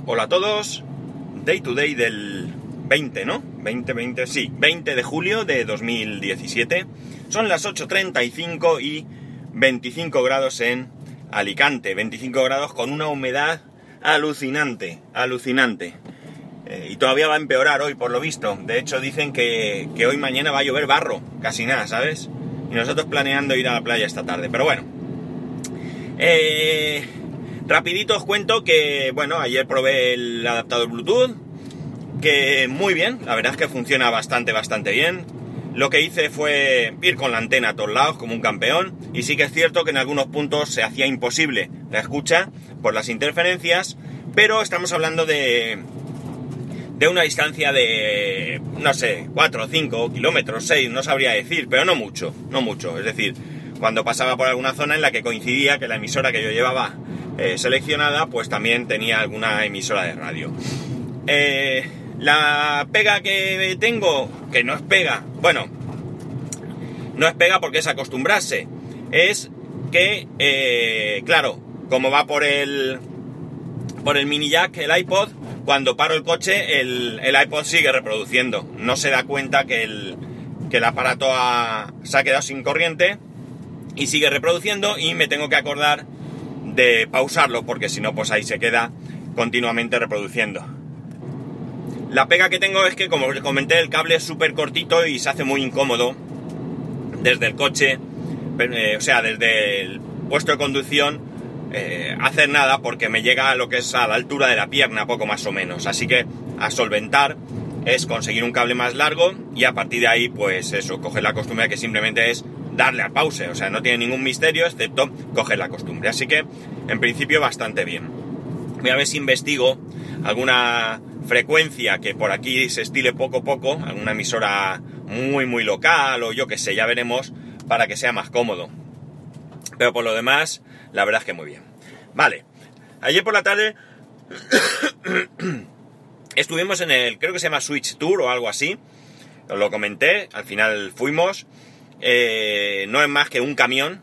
Hola a todos, Day to Day del 20, ¿no? 20 de julio de 2017. Son las 8:35 y 25 grados en Alicante. 25 grados con una humedad alucinante. Y todavía va a empeorar hoy, por lo visto. De hecho, dicen que hoy mañana va a llover barro, casi nada, ¿sabes? Y nosotros planeando ir a la playa esta tarde. Pero bueno. Rapidito os cuento que, bueno, ayer probé el adaptador Bluetooth, que muy bien, la verdad es que funciona bastante bien. Lo que hice fue ir con la antena a todos lados como un campeón, y sí que es cierto que en algunos puntos se hacía imposible la escucha por las interferencias, pero estamos hablando de una distancia de, no sé, 4 o 5 kilómetros, 6, no sabría decir, pero no mucho, es decir, cuando pasaba por alguna zona en la que coincidía que la emisora que yo llevaba seleccionada, pues también tenía alguna emisora de radio. La pega que tengo, que no es pega, bueno, no es pega porque es acostumbrarse, es que, claro, como va por el mini jack, el iPod, cuando paro el coche, el iPod sigue reproduciendo, no se da cuenta que el aparato se ha quedado sin corriente y sigue reproduciendo, y me tengo que acordar de pausarlo porque si no, pues ahí se queda continuamente reproduciendo. La pega que tengo es que, como os comenté, el cable es súper cortito y se hace muy incómodo desde el coche, o sea, desde el puesto de conducción, hacer nada, porque me llega a lo que es a la altura de la pierna, poco más o menos. Así que a solventar es conseguir un cable más largo y a partir de ahí, pues eso, coger la costumbre que simplemente es darle al pause, o sea, no tiene ningún misterio excepto coger la costumbre. Así que, en principio, bastante bien. Voy a ver si investigo alguna frecuencia que por aquí se estile poco a poco, alguna emisora muy local o yo que sé, ya veremos, para que sea más cómodo. Pero por lo demás, la verdad es que muy bien. Vale, ayer por la tarde estuvimos en creo que se llama Switch Tour o algo así, os lo comenté, al final fuimos. No es más que un camión,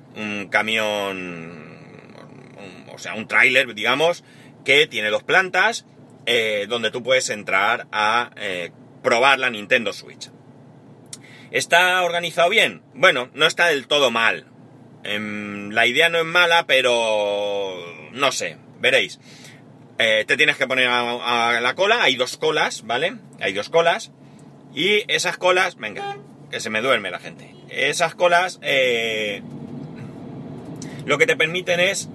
o sea, un tráiler, digamos, que tiene 2 plantas, donde tú puedes entrar a probar la Nintendo Switch. ¿Está organizado bien? Bueno, no está del todo mal. La idea no es mala, pero no sé, veréis. Te tienes que poner a la cola, hay 2 colas, ¿vale? Hay 2 colas, y esas colas, venga, que se me duerme la gente. Esas colas lo que te permiten es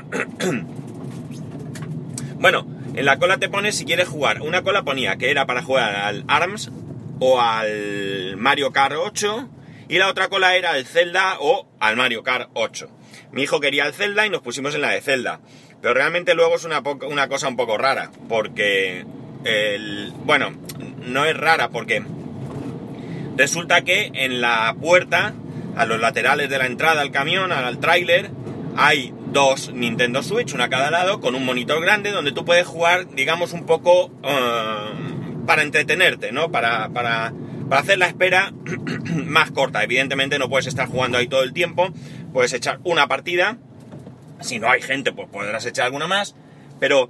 bueno, en la cola te pones si quieres jugar. Una cola ponía que era para jugar al ARMS o al Mario Kart 8, y la otra cola era al Zelda o al Mario Kart 8. Mi hijo quería el Zelda y nos pusimos en la de Zelda, pero realmente luego es una cosa un poco rara, porque bueno, no es rara porque resulta que en la puerta, a los laterales de la entrada al camión, al tráiler, hay 2 Nintendo Switch, una a cada lado, con un monitor grande donde tú puedes jugar, digamos, un poco para entretenerte, ¿no? Para hacer la espera más corta. Evidentemente no puedes estar jugando ahí todo el tiempo, puedes echar una partida, si no hay gente pues podrás echar alguna más, pero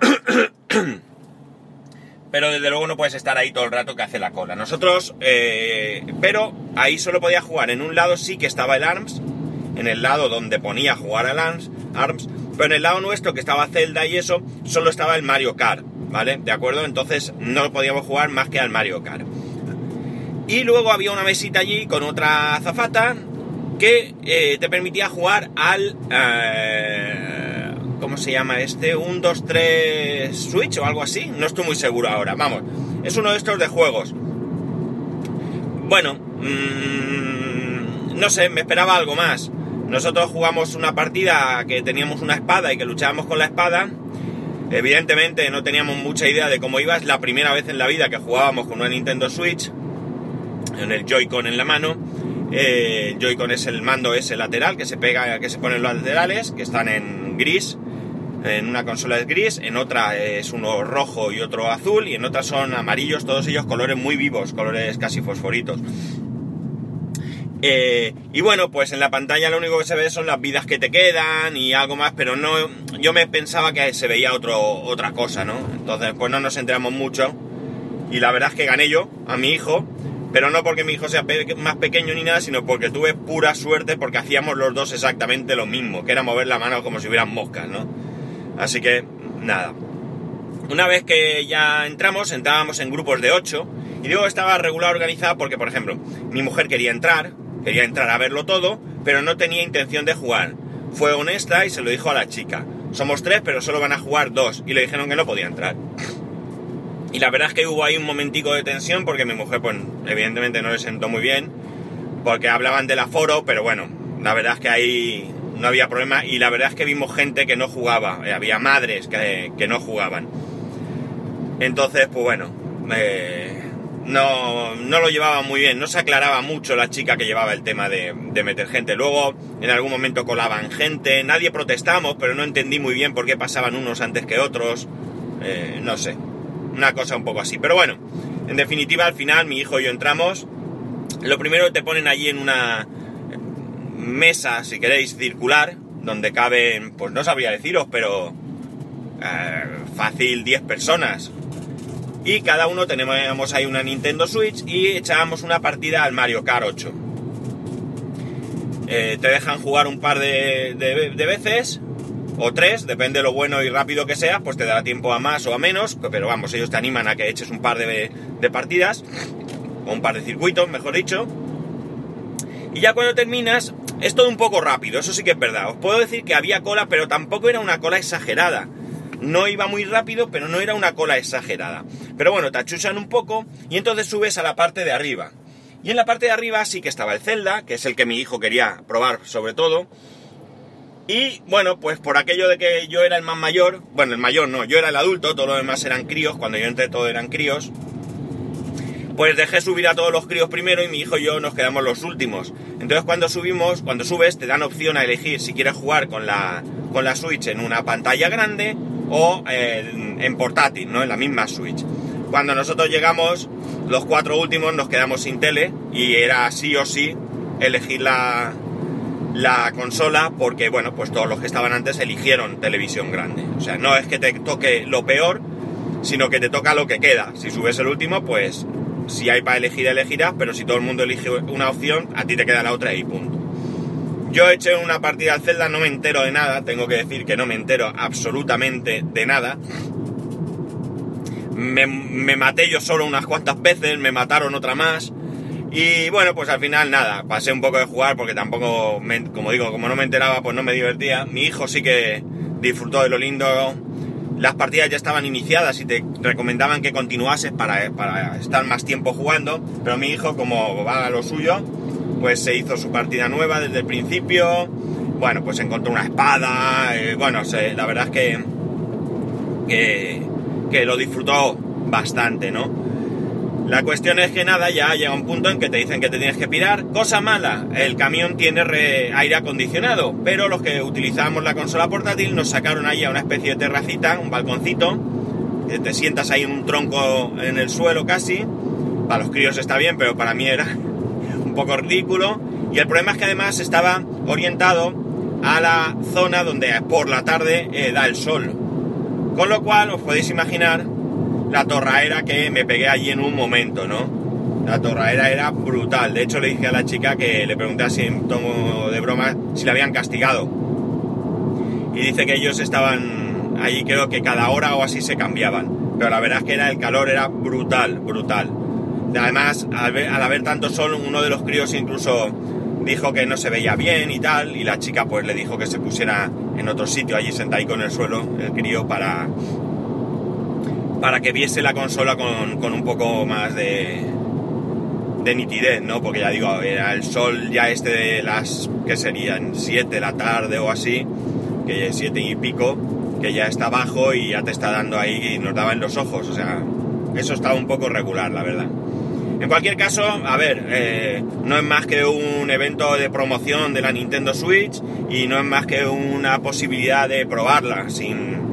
desde luego no puedes estar ahí todo el rato que hace la cola. Nosotros, pero ahí solo podía jugar, en un lado sí que estaba el ARMS, en el lado donde ponía jugar al ARMS, pero en el lado nuestro que estaba Zelda y eso, solo estaba el Mario Kart, ¿vale? ¿De acuerdo? Entonces no podíamos jugar más que al Mario Kart. Y luego había una mesita allí con otra azafata que te permitía jugar al... ¿cómo se llama este? 1, 2, 3 Switch o algo así. No estoy muy seguro ahora. Vamos, es uno de estos de juegos. Bueno, no sé, me esperaba algo más. Nosotros jugamos una partida que teníamos una espada y que luchábamos con la espada. Evidentemente no teníamos mucha idea de cómo iba. Es la primera vez en la vida que jugábamos con una Nintendo Switch, en el Joy-Con en la mano. El Joy-Con es el mando ese lateral que se pega, que se ponen los laterales, que están en gris. En una consola es gris, en otra es uno rojo y otro azul, y en otra son amarillos, todos ellos colores muy vivos, colores casi fosforitos. Y bueno, pues en la pantalla lo único que se ve son las vidas que te quedan y algo más, pero no, yo me pensaba que se veía otra cosa, ¿no? Entonces pues no nos enteramos mucho y la verdad es que gané yo a mi hijo, pero no porque mi hijo sea más pequeño ni nada, sino porque tuve pura suerte porque hacíamos los dos exactamente lo mismo, que era mover la mano como si hubieran moscas, ¿no? Así que nada. Una vez que ya entrábamos en grupos de 8 y digo que estaba regular organizada porque, por ejemplo, mi mujer quería entrar a verlo todo, pero no tenía intención de jugar. Fue honesta y se lo dijo a la chica. Somos 3, pero solo van a jugar 2, y le dijeron que no podía entrar. Y la verdad es que hubo ahí un momentico de tensión porque mi mujer, pues, evidentemente no le sentó muy bien, porque hablaban del aforo, pero bueno, la verdad es que ahí no había problema, y la verdad es que vimos gente que no jugaba, había madres que no jugaban. Entonces, pues bueno, no lo llevaba muy bien, no se aclaraba mucho la chica que llevaba el tema de meter gente. Luego en algún momento colaban gente, nadie protestamos, pero no entendí muy bien por qué pasaban unos antes que otros, no sé, una cosa un poco así. Pero bueno, en definitiva al final mi hijo y yo entramos. Lo primero te ponen allí en una mesa, si queréis, circular, donde caben, pues no sabría deciros, pero fácil 10 personas. Y cada uno tenemos ahí una Nintendo Switch y echábamos una partida al Mario Kart 8. Te dejan jugar un par de veces, o 3, depende de lo bueno y rápido que seas, pues te dará tiempo a más o a menos, pero vamos, ellos te animan a que eches un par de partidas, o un par de circuitos, mejor dicho. Y ya cuando terminas, es todo un poco rápido, eso sí que es verdad. Os puedo decir que había cola, pero tampoco era una cola exagerada. No iba muy rápido, pero no era una cola exagerada. Pero bueno, te achuchan un poco y entonces subes a la parte de arriba. Y en la parte de arriba sí que estaba el Zelda, que es el que mi hijo quería probar sobre todo. Y bueno, pues por aquello de que yo era el más mayor, bueno, el mayor no, yo era el adulto, todos los demás eran críos, cuando yo entré todos eran críos, pues dejé subir a todos los críos primero y mi hijo y yo nos quedamos los últimos. Entonces cuando subes te dan opción a elegir si quieres jugar con la Switch en una pantalla grande o en portátil, ¿no? En la misma Switch. Cuando nosotros llegamos, los 4 últimos nos quedamos sin tele y era sí o sí elegir la consola porque, bueno, pues todos los que estaban antes eligieron televisión grande. O sea, no es que te toque lo peor, sino que te toca lo que queda. Si subes el último, pues si hay para elegir, elegirás, pero si todo el mundo elige una opción, a ti te queda la otra y punto. Yo he hecho una partida al Zelda, no me entero de nada, tengo que decir que no me entero absolutamente de nada. Me maté yo solo unas cuantas veces, me mataron otra más. Y bueno, pues al final nada, pasé un poco de jugar porque tampoco, como no me enteraba, pues no me divertía. Mi hijo sí que disfrutó de lo lindo. Las partidas ya estaban iniciadas y te recomendaban que continuases para estar más tiempo jugando. Pero mi hijo, como va a lo suyo, pues se hizo su partida nueva desde el principio. Bueno, pues encontró una espada. La verdad es que lo disfrutó bastante, ¿no? La cuestión es que nada, ya llega un punto en que te dicen que te tienes que pirar. Cosa mala, el camión tiene aire acondicionado, pero los que utilizábamos la consola portátil nos sacaron ahí a una especie de terracita, un balconcito, que te sientas ahí en un tronco en el suelo casi. Para los críos está bien, pero para mí era un poco ridículo. Y el problema es que además estaba orientado a la zona donde por la tarde da el sol. Con lo cual os podéis imaginar la torraera que me pegué allí en un momento, ¿no? La torraera era brutal. De hecho le dije a la chica que le pregunté así en tono de broma si la habían castigado. Y dice que ellos estaban allí, creo que cada hora o así se cambiaban. Pero la verdad es que el calor era brutal. Además, al haber tanto sol, uno de los críos incluso dijo que no se veía bien y tal. Y la chica pues le dijo que se pusiera en otro sitio, allí sentadito en el suelo, el crío, para que viese la consola con un poco más de nitidez, ¿no? Porque ya digo, era el sol ya de las, que serían 7 de la tarde o así, que 7 y pico, que ya está bajo y ya te está dando ahí y nos daba en los ojos, o sea, eso estaba un poco regular, la verdad. En cualquier caso, a ver, no es más que un evento de promoción de la Nintendo Switch y no es más que una posibilidad de probarla sin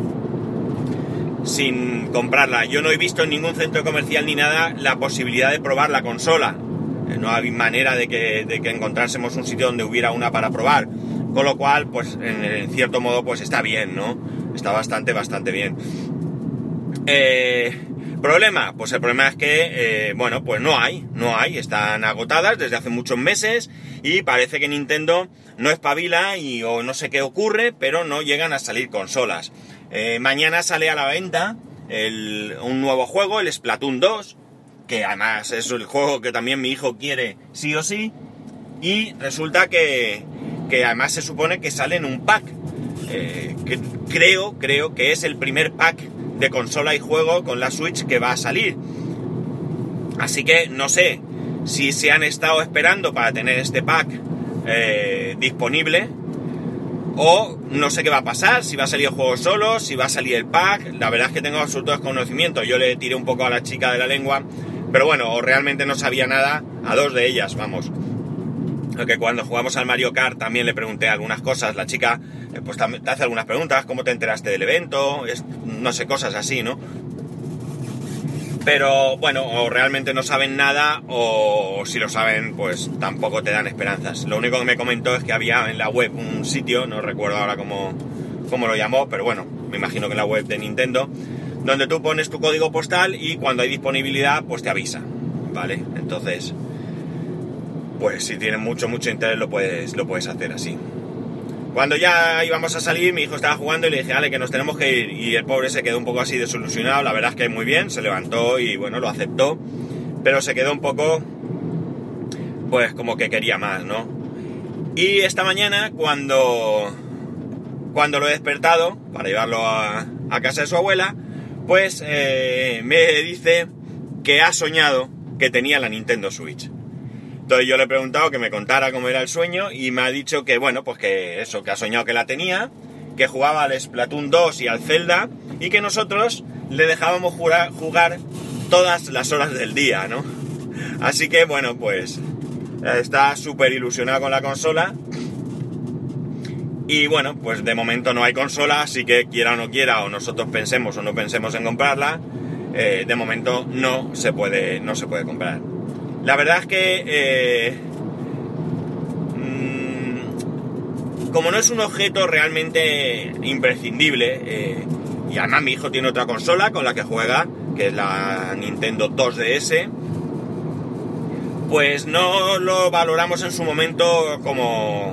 comprarla. Yo no he visto en ningún centro comercial ni nada la posibilidad de probar la consola. no había manera de que encontrásemos un sitio donde hubiera una para probar, con lo cual, pues en cierto modo, pues está bien, ¿no? Está bastante bien. ¿Problema? Pues el problema es que, bueno, pues no hay, están agotadas desde hace muchos meses y parece que Nintendo no espabila o no sé qué ocurre, pero no llegan a salir consolas. Mañana sale a la venta un nuevo juego, el Splatoon 2, que además es el juego que también mi hijo quiere sí o sí, y resulta que además se supone que sale en un pack, que creo que es el primer pack de consola y juego con la Switch que va a salir. Así que no sé si se han estado esperando para tener este pack disponible, o no sé qué va a pasar, si va a salir el juego solo, si va a salir el pack. La verdad es que tengo absoluto desconocimiento. Yo le tiré un poco a la chica de la lengua, pero bueno, o realmente no sabía nada a dos de ellas, vamos. Porque cuando jugamos al Mario Kart también le pregunté algunas cosas. La chica pues te hace algunas preguntas, ¿cómo te enteraste del evento? No sé, cosas así, ¿no? Pero bueno, o realmente no saben nada, o si lo saben, pues tampoco te dan esperanzas. Lo único que me comentó es que había en la web un sitio, no recuerdo ahora cómo lo llamó, pero bueno, me imagino que en la web de Nintendo, donde tú pones tu código postal y cuando hay disponibilidad, pues te avisa, ¿vale? Entonces, pues si tienes mucho interés lo puedes hacer así. Cuando ya íbamos a salir, mi hijo estaba jugando y le dije, Ale, que nos tenemos que ir. Y el pobre se quedó un poco así desilusionado. La verdad es que muy bien, se levantó y bueno, lo aceptó. Pero se quedó un poco, pues como que quería más, ¿no? Y esta mañana, cuando lo he despertado para llevarlo a casa de su abuela, pues me dice que ha soñado que tenía la Nintendo Switch. Entonces yo le he preguntado que me contara cómo era el sueño y me ha dicho que, bueno, pues que eso, que ha soñado que la tenía, que jugaba al Splatoon 2 y al Zelda y que nosotros le dejábamos jugar todas las horas del día, ¿no? Así que, bueno, pues está súper ilusionado con la consola y, bueno, pues de momento no hay consola, así que quiera o no quiera, o nosotros pensemos o no pensemos en comprarla, de momento no se puede comprar. La verdad es que, como no es un objeto realmente imprescindible, y además mi hijo tiene otra consola con la que juega, que es la Nintendo 2DS, pues no lo valoramos en su momento como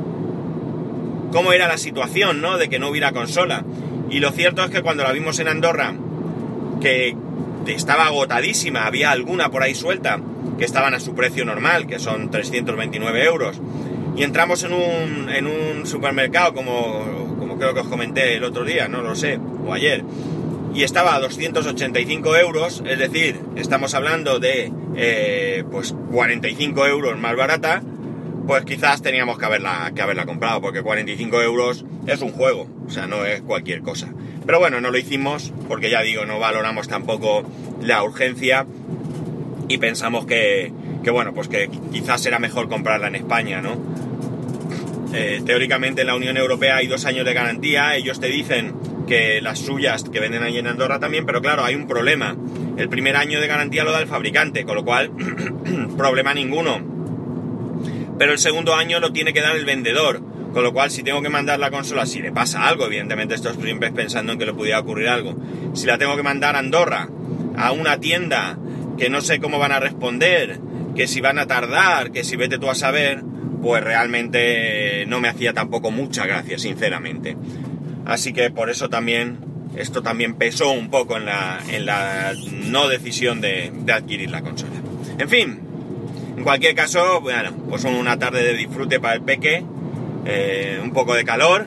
era la situación, ¿no? De que no hubiera consola. Y lo cierto es que cuando la vimos en Andorra, que estaba agotadísima, había alguna por ahí suelta, que estaban a su precio normal, que son 329 euros, y entramos en un supermercado como creo que os comenté el otro día, no lo sé, o ayer, y estaba a 285 euros, es decir, estamos hablando de pues 45 euros más barata, pues quizás teníamos que haberla comprado, porque 45 euros es un juego, o sea, no es cualquier cosa. Pero bueno, no lo hicimos, porque ya digo, no valoramos tampoco la urgencia, y pensamos que bueno, pues que quizás será mejor comprarla en España, ¿no? Teóricamente en la Unión Europea hay 2 años de garantía, ellos te dicen que las suyas que venden ahí en Andorra también, pero claro, hay un problema. El primer año de garantía lo da el fabricante, con lo cual, problema ninguno. Pero el segundo año lo tiene que dar el vendedor, con lo cual si tengo que mandar la consola, si le pasa algo, evidentemente esto siempre pensando en que le pudiera ocurrir algo, si la tengo que mandar a Andorra, a una tienda, que no sé cómo van a responder, que si van a tardar, que si vete tú a saber, pues realmente no me hacía tampoco mucha gracia, sinceramente. Así que por eso también, esto también pesó un poco en la no decisión de adquirir la consola. En fin, en cualquier caso, bueno, pues una tarde de disfrute para el peque, un poco de calor,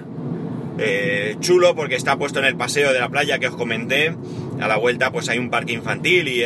chulo porque está puesto en el paseo de la playa que os comenté. A la vuelta pues hay un parque infantil y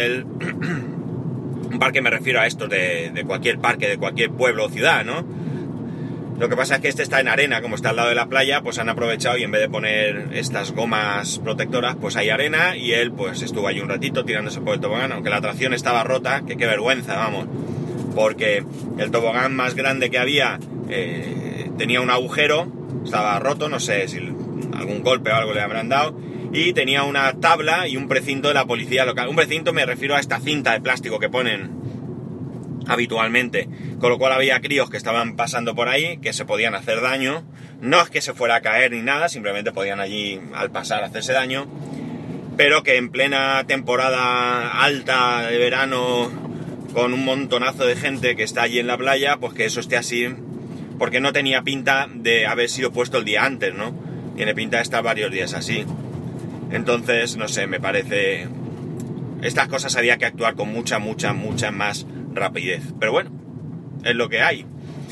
un parque, me refiero a estos de cualquier parque, de cualquier pueblo o ciudad, ¿no? Lo que pasa es que este está en arena, como está al lado de la playa, pues han aprovechado y en vez de poner estas gomas protectoras, pues hay arena, y él pues estuvo allí un ratito tirándose por el tobogán, aunque la atracción estaba rota, que qué vergüenza, vamos, porque el tobogán más grande que había tenía un agujero, estaba roto, no sé si algún golpe o algo le habrán dado, y tenía una tabla y un precinto de la policía local. Un precinto me refiero a esta cinta de plástico que ponen habitualmente, con lo cual había críos que estaban pasando por ahí, que se podían hacer daño. No es que se fuera a caer ni nada, simplemente podían allí al pasar hacerse daño, pero que en plena temporada alta de verano, con un montonazo de gente que está allí en la playa, pues que eso esté así, porque no tenía pinta de haber sido puesto el día antes, ¿no? Tiene pinta de estar varios días así. Entonces, no sé, me parece... Estas cosas había que actuar con mucha más rapidez. Pero bueno, es lo que hay.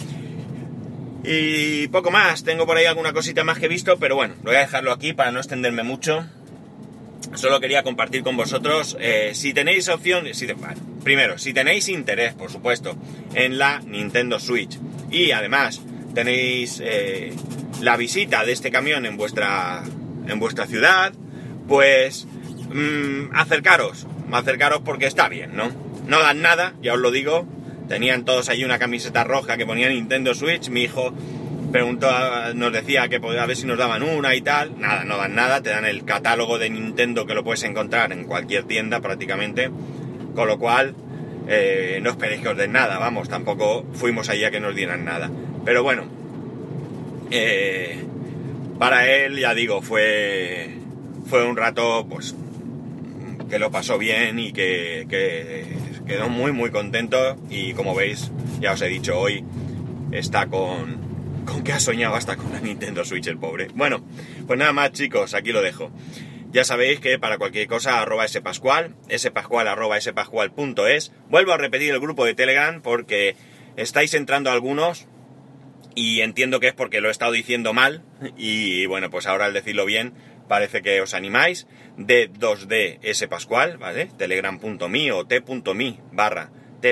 Y poco más. Tengo por ahí alguna cosita más que he visto, pero bueno, voy a dejarlo aquí para no extenderme mucho. Solo quería compartir con vosotros, si tenéis opción... primero, si tenéis interés, por supuesto, en la Nintendo Switch, y además tenéis la visita de este camión en vuestra ciudad, pues acercaros porque está bien, ¿no? No dan nada, ya os lo digo. Tenían todos allí una camiseta roja que ponía Nintendo Switch. Mi hijo preguntó, nos decía que a ver si nos daban una y tal. Nada, no dan nada, te dan el catálogo de Nintendo, que lo puedes encontrar en cualquier tienda prácticamente, con lo cual no esperéis que os den nada, vamos, tampoco fuimos allí a que nos dieran nada. Pero bueno, para él, ya digo, fue un rato pues que lo pasó bien y que quedó muy contento. Y como veis, ya os he dicho, hoy está con que ha soñado hasta con la Nintendo Switch el pobre. Bueno, pues nada más, chicos, aquí lo dejo. Ya sabéis que para cualquier cosa, @spascual, spascual@spascual.es. Vuelvo a repetir el grupo de Telegram porque estáis entrando algunos y entiendo que es porque lo he estado diciendo mal, y bueno, pues ahora al decirlo bien parece que os animáis. D2D spascual, ¿vale? Telegram.me o t.me barra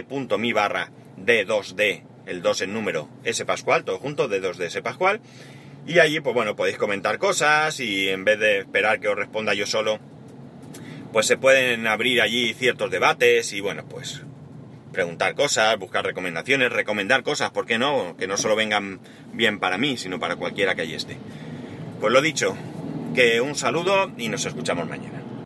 D2D, el 2 en número, spascual, todo junto, D2D spascual. Y allí, pues bueno, podéis comentar cosas, y en vez de esperar que os responda yo solo, pues se pueden abrir allí ciertos debates y bueno, pues preguntar cosas, buscar recomendaciones, recomendar cosas, ¿por qué no? Que no solo vengan bien para mí, sino para cualquiera que allí esté. Pues lo dicho, que un saludo y nos escuchamos mañana.